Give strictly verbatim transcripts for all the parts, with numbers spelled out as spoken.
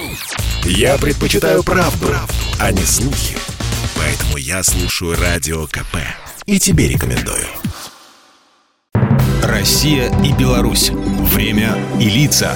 Я предпочитаю правду, правду, а не слухи. Поэтому я слушаю Радио КП. И тебе рекомендую. Россия и Беларусь. Время и лица.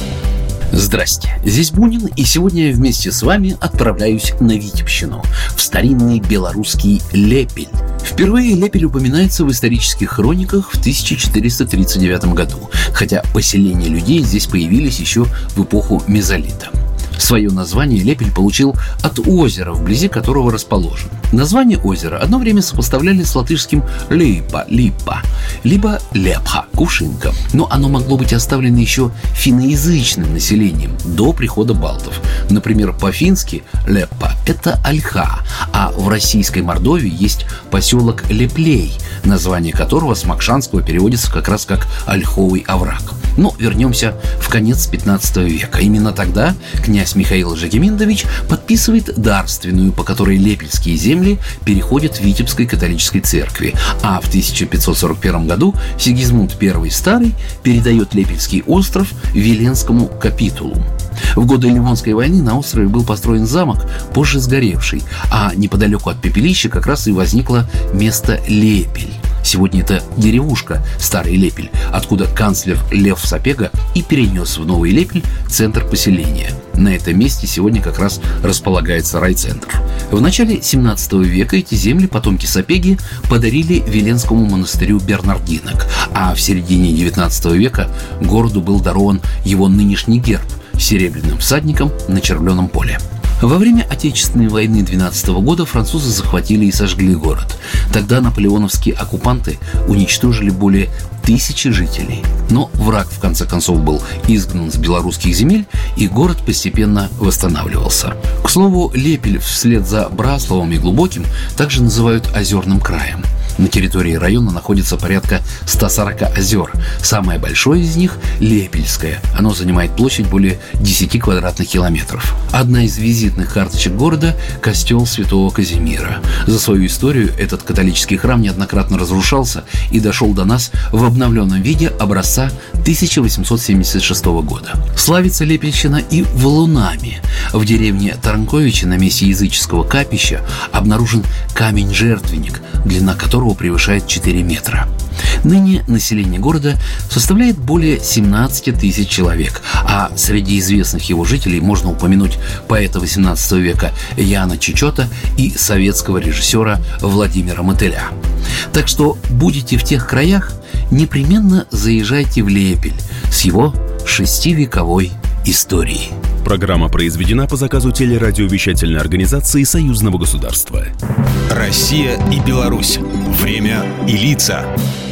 Здрасте, здесь Бунин, и сегодня я вместе с вами отправляюсь на Витебщину, в старинный белорусский Лепель. Впервые Лепель упоминается в исторических хрониках в тысяча четыреста тридцать девятом году, хотя поселения людей здесь появились еще в эпоху мезолита. Свое название Лепель получил от озера, вблизи которого расположен. Название озера одно время сопоставляли с латышским «липа», «липа», либо «лепха», «кувшинка». Но оно могло быть оставлено еще финноязычным населением до прихода балтов. Например, по-фински «леппа» — это «ольха», а в российской Мордовии есть поселок Леплей, название которого с макшанского переводится как раз как «ольховый овраг». Но вернемся в конец пятнадцатого века. Именно тогда князь Михаил Жакиминдович подписывает дарственную, по которой лепельские земли переходят в Витебской католической церкви. А в тысяча пятьсот сорок первом году Сигизмунд I Старый передает Лепельский остров Виленскому капитулу. В годы Ливонской войны на острове был построен замок, позже сгоревший, а неподалеку от пепелища как раз и возникло место Лепель. Сегодня это деревушка Старый Лепель, откуда канцлер Лев Сапега и перенес в Новый Лепель центр поселения. На этом месте сегодня как раз располагается райцентр. В начале семнадцатого века эти земли потомки Сапеги подарили Виленскому монастырю Бернардинок, а в середине девятнадцатого века городу был дарован его нынешний герб с серебряным всадником на червленом поле. Во время Отечественной войны двенадцатого года французы захватили и сожгли город. Тогда наполеоновские оккупанты уничтожили более тысячи жителей. Но враг в конце концов был изгнан с белорусских земель, и город постепенно восстанавливался. К слову, Лепель вслед за Браславом и Глубоким также называют озерным краем. На территории района находится порядка ста сорока озер. Самое большое из них – Лепельское. Оно занимает площадь более десяти квадратных километров. Одна из визитных карточек города – костел Святого Казимира. За свою историю этот католический храм неоднократно разрушался и дошел до нас в обновленном виде образца тысяча восемьсот семьдесят шестого года. Славится Лепельщина и валунами. В деревне Таранковичи на месте языческого капища обнаружен камень-жертвенник, длина которого превышает четыре метра. Ныне население города составляет более семнадцати тысяч человек, а среди известных его жителей можно упомянуть поэта восемнадцатого века Яна Чечета и советского режиссера Владимира Мотыля. Так что будете в тех краях, непременно заезжайте в Лепель с его шестивековой историей. Программа произведена по заказу телерадиовещательной организации Союзного государства. Россия и Беларусь. Время и лица.